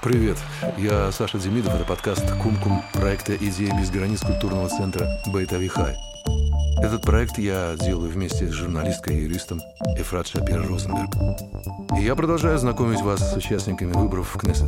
Привет, я Саша Демидов, это подкаст «Кум-Кум» проекта «Идеи без границ» культурного центра Бейт Авихай. Этот проект я делаю вместе с журналисткой и юристом Ефрат Шапир-Розенберг. И я продолжаю знакомить вас с участниками выборов в Кнессет.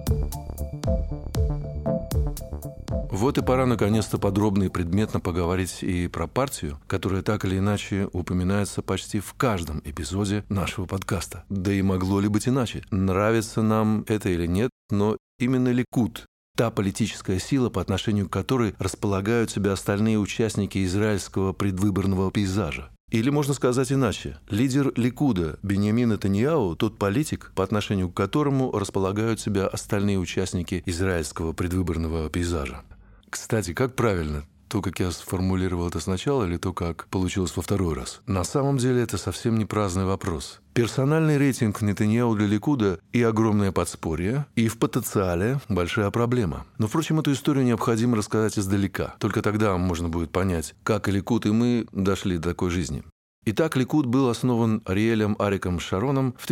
Вот и пора наконец-то подробно и предметно поговорить и про партию, которая так или иначе упоминается почти в каждом эпизоде нашего подкаста. Да и могло ли быть иначе? Нравится нам это или нет, но именно Ликуд, та политическая сила, по отношению к которой располагают себя остальные участники израильского предвыборного пейзажа. Или можно сказать иначе. Лидер Ликуда Биньямин Нетаньяху – тот политик, по отношению к которому располагают себя остальные участники израильского предвыборного пейзажа. Кстати, как правильно? То, как я сформулировал это сначала, или то, как получилось во второй раз? На самом деле это совсем не праздный вопрос. Персональный рейтинг Нетаньяху для Ликуда и огромное подспорье, и в потенциале большая проблема. Но, впрочем, эту историю необходимо рассказать издалека. Только тогда можно будет понять, как и Ликуд, и мы дошли до такой жизни. Итак, Ликуд был основан Ариэлем Ариком Шароном в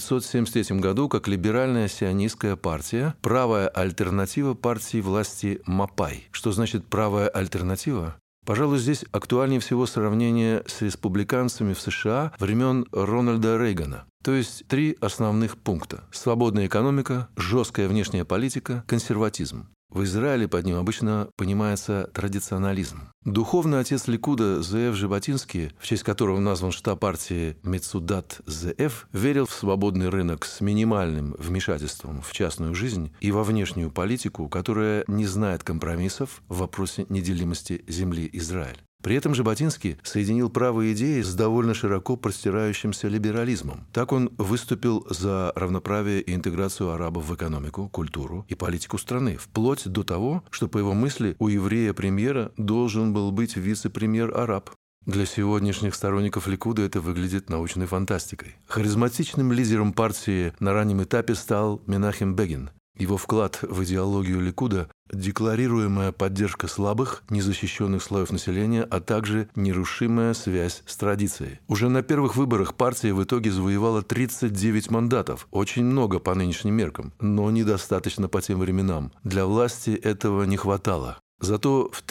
1973 году как либеральная сионистская партия, правая альтернатива партии власти Мапай. Что значит правая альтернатива? Пожалуй, здесь актуальнее всего сравнение с республиканцами в США времен Рональда Рейгана. То есть 3 основных пункта. Свободная экономика, жесткая внешняя политика, консерватизм. В Израиле под ним обычно понимается традиционализм. Духовный отец Ликуда Зеэв Жаботинский, в честь которого назван штаб партии Мецудат Зеэв, верил в свободный рынок с минимальным вмешательством в частную жизнь и во внешнюю политику, которая не знает компромиссов в вопросе неделимости земли Израиль. При этом Жаботинский соединил правые идеи с довольно широко простирающимся либерализмом. Так он выступил за равноправие и интеграцию арабов в экономику, культуру и политику страны, вплоть до того, что, по его мысли, у еврея-премьера должен был быть вице-премьер-араб. Для сегодняшних сторонников Ликуда это выглядит научной фантастикой. Харизматичным лидером партии на раннем этапе стал Менахем Бегин. Его вклад в идеологию Ликуда – декларируемая поддержка слабых, незащищенных слоев населения, а также нерушимая связь с традицией. Уже на первых выборах партия в итоге завоевала 39 мандатов. Очень много по нынешним меркам, но недостаточно по тем временам. Для власти этого не хватало. Зато в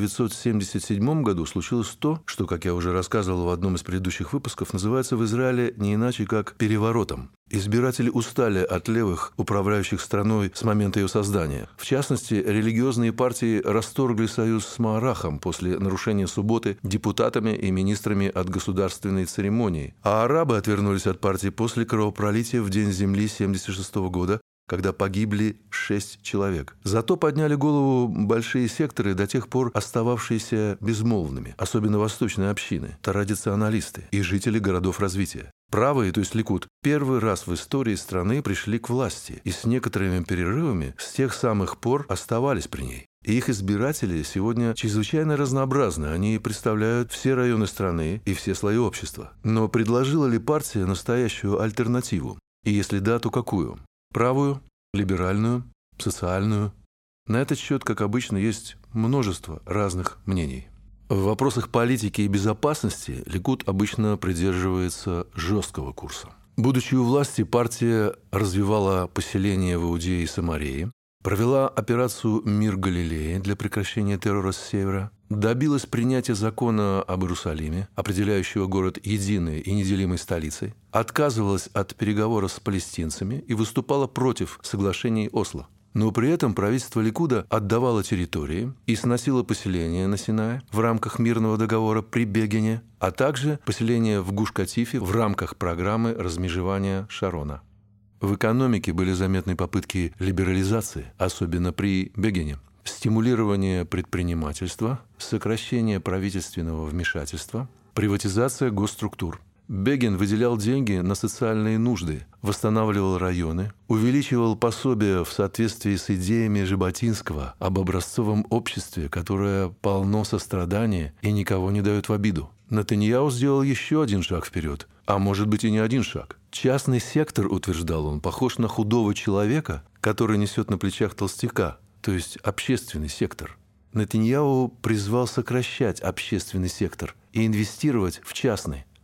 1977 году случилось то, что, как я уже рассказывал в одном из предыдущих выпусков, называется в Израиле не иначе как переворотом. Избиратели устали от левых, управляющих страной с момента ее создания. В частности, религиозные партии расторгли союз с Маарахом после нарушения субботы депутатами и министрами от государственной церемонии. А арабы отвернулись от партии после кровопролития в День земли 1976 года, когда погибли 6 человек. Зато подняли голову большие секторы, до тех пор остававшиеся безмолвными, особенно восточные общины, традиционалисты и жители городов развития. Правые, то есть Ликуд, первый раз в истории страны пришли к власти и с некоторыми перерывами с тех самых пор оставались при ней. И их избиратели сегодня чрезвычайно разнообразны. Они представляют все районы страны и все слои общества. Но предложила ли партия настоящую альтернативу? И если да, то какую? Правую, либеральную, социальную. На этот счет, как обычно, есть множество разных мнений. В вопросах политики и безопасности Ликуд обычно придерживается жесткого курса. Будучи у власти, партия развивала поселения в Иудее и Самарии, провела операцию «Мир Галилеи» для прекращения террора с севера, добилась принятия закона об Иерусалиме, определяющего город единой и неделимой столицей, отказывалась от переговоров с палестинцами и выступала против соглашений Осло. Но при этом правительство Ликуда отдавало территории и сносило поселения на Синае в рамках мирного договора при Бегине, а также поселения в Гуш-Катифе в рамках программы размежевания Шарона. В экономике были заметны попытки либерализации, особенно при Бегине. Стимулирование предпринимательства, сокращение правительственного вмешательства, приватизация госструктур. Бегин выделял деньги на социальные нужды, восстанавливал районы, увеличивал пособия в соответствии с идеями Жаботинского об образцовом обществе, которое полно сострадания и никого не дает в обиду. Нетаньяху сделал еще один шаг вперед, а может быть и не один шаг. Частный сектор, утверждал он, похож на худого человека, который несет на плечах толстяка, то есть общественный сектор. Нетаньяху призвал сокращать общественный сектор и инвестировать в частный.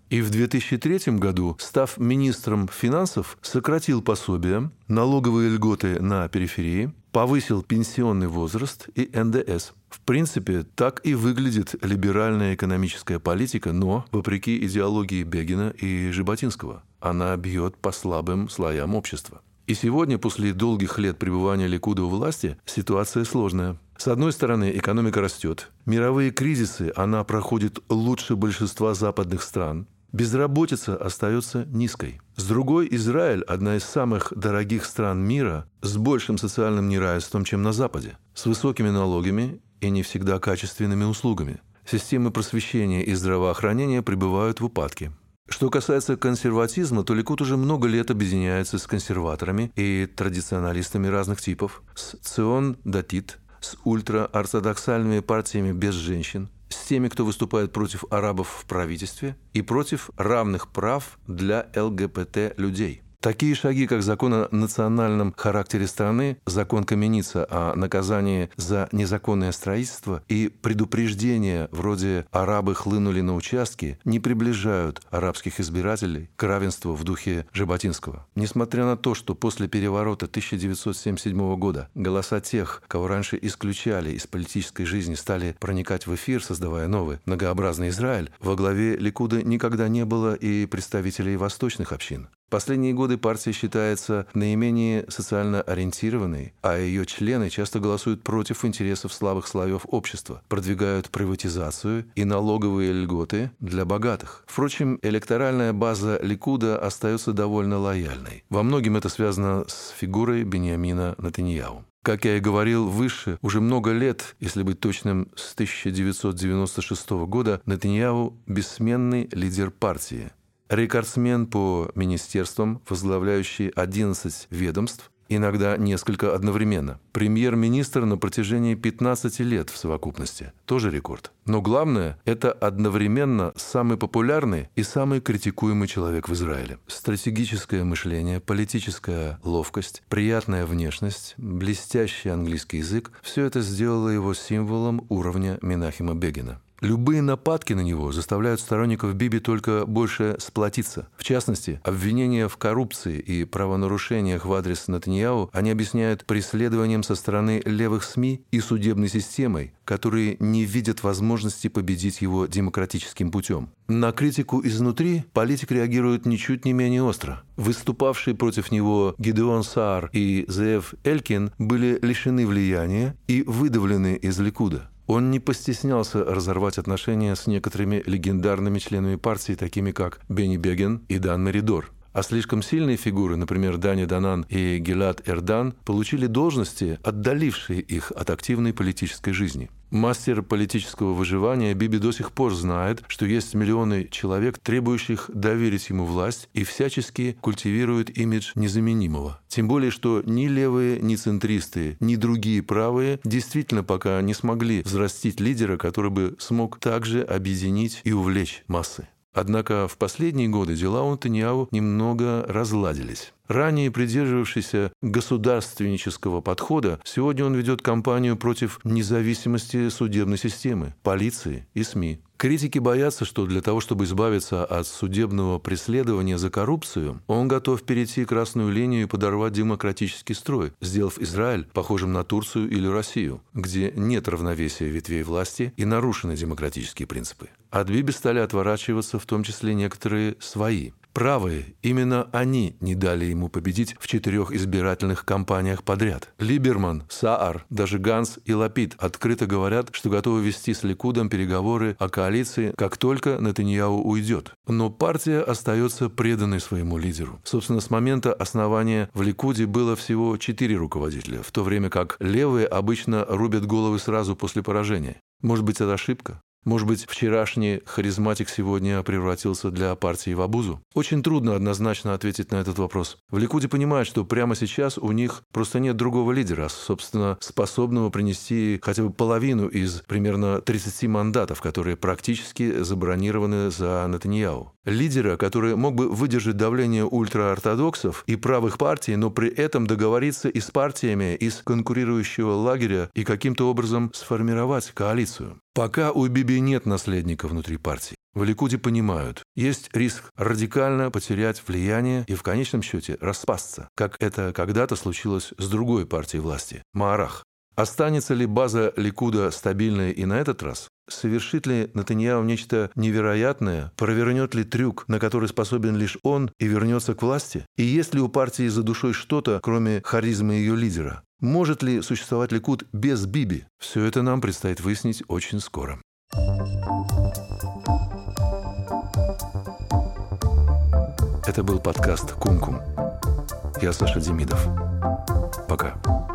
И в 2003 году, став министром финансов, сократил пособия, налоговые льготы на периферии, повысил пенсионный возраст и НДС. В принципе, так и выглядит либеральная экономическая политика, но, вопреки идеологии Бегина и Жаботинского, она бьет по слабым слоям общества. И сегодня, после долгих лет пребывания Ликуда у власти, ситуация сложная. С одной стороны, экономика растет. Мировые кризисы она проходит лучше большинства западных стран. Безработица остается низкой. С другой, Израиль – одна из самых дорогих стран мира с большим социальным неравенством, чем на Западе, с высокими налогами и не всегда качественными услугами. Системы просвещения и здравоохранения пребывают в упадке. Что касается консерватизма, то Ликуд уже много лет объединяется с консерваторами и традиционалистами разных типов, с Цион Датит, с ультраортодоксальными партиями без женщин, с теми, кто выступает против арабов в правительстве и против равных прав для ЛГБТ-людей. Такие шаги, как закон о национальном характере страны, закон Каменица о наказании за незаконное строительство и предупреждения вроде «арабы хлынули на участки», не приближают арабских избирателей к равенству в духе Жаботинского. Несмотря на то, что после переворота 1977 года голоса тех, кого раньше исключали из политической жизни, стали проникать в эфир, создавая новый многообразный Израиль, во главе Ликуда никогда не было и представителей восточных общин. В последние годы партия считается наименее социально ориентированной, а ее члены часто голосуют против интересов слабых слоев общества, продвигают приватизацию и налоговые льготы для богатых. Впрочем, электоральная база Ликуда остается довольно лояльной. Во многом это связано с фигурой Биньямина Нетаньяху. Как я и говорил выше, уже много лет, если быть точным, с 1996 года, Нетаньяху – бессменный лидер партии. Рекордсмен по министерствам, возглавляющий 11 ведомств, иногда несколько одновременно. Премьер-министр на протяжении 15 лет в совокупности. Тоже рекорд. Но главное – это одновременно самый популярный и самый критикуемый человек в Израиле. Стратегическое мышление, политическая ловкость, приятная внешность, блестящий английский язык – все это сделало его символом уровня Менахема Бегина. Любые нападки на него заставляют сторонников Биби только больше сплотиться. В частности, обвинения в коррупции и правонарушениях в адрес Нетаньяху они объясняют преследованием со стороны левых СМИ и судебной системой, которые не видят возможности победить его демократическим путем. На критику изнутри политик реагирует ничуть не менее остро. Выступавшие против него Гидеон Саар и Зеэв Элькин были лишены влияния и выдавлены из Ликуда. Он не постеснялся разорвать отношения с некоторыми легендарными членами партии, такими как Бенни Бегин и Дан Меридор. А слишком сильные фигуры, например, Дани Данан и Гилад Эрдан, получили должности, отдалившие их от активной политической жизни. Мастер политического выживания Биби до сих пор знает, что есть миллионы человек, требующих доверить ему власть, и всячески культивирует имидж незаменимого. Тем более, что ни левые, ни центристы, ни другие правые действительно пока не смогли взрастить лидера, который бы смог также объединить и увлечь массы. Однако в последние годы дела у Нетаньяху немного разладились. Ранее придерживавшийся государственнического подхода, сегодня он ведет кампанию против независимости судебной системы, полиции и СМИ. Критики боятся, что для того, чтобы избавиться от судебного преследования за коррупцию, он готов перейти красную линию и подорвать демократический строй, сделав Израиль похожим на Турцию или Россию, где нет равновесия ветвей власти и нарушены демократические принципы. От Биби стали отворачиваться в том числе некоторые свои. Правые, именно они не дали ему победить в 4 избирательных кампаниях подряд. Либерман, Саар, даже Ганс и Лапид открыто говорят, что готовы вести с Ликудом переговоры о коалиции, как только Нетаньяху уйдет. Но партия остается преданной своему лидеру. Собственно, с момента основания в Ликуде было всего 4 руководителя, в то время как левые обычно рубят головы сразу после поражения. Может быть, это ошибка? Может быть, вчерашний харизматик сегодня превратился для партии в обузу? Очень трудно однозначно ответить на этот вопрос. В Ликуде понимают, что прямо сейчас у них просто нет другого лидера, собственно, способного принести хотя бы половину из примерно 30 мандатов, которые практически забронированы за Нетаньяху. Лидера, который мог бы выдержать давление ультраортодоксов и правых партий, но при этом договориться и с партиями из конкурирующего лагеря и каким-то образом сформировать коалицию. Пока у Биби нет наследника внутри партии, в Ликуде понимают, есть риск радикально потерять влияние и в конечном счете распасться, как это когда-то случилось с другой партией власти – Маарах. Останется ли база Ликуда стабильной и на этот раз? Совершит ли Нетаньяху нечто невероятное? Провернет ли трюк, на который способен лишь он, и вернется к власти? И есть ли у партии за душой что-то, кроме харизмы ее лидера? Может ли существовать Ликуд без Биби? Все это нам предстоит выяснить очень скоро. Это был подкаст «Кум-Кум». Я Саша Демидов. Пока.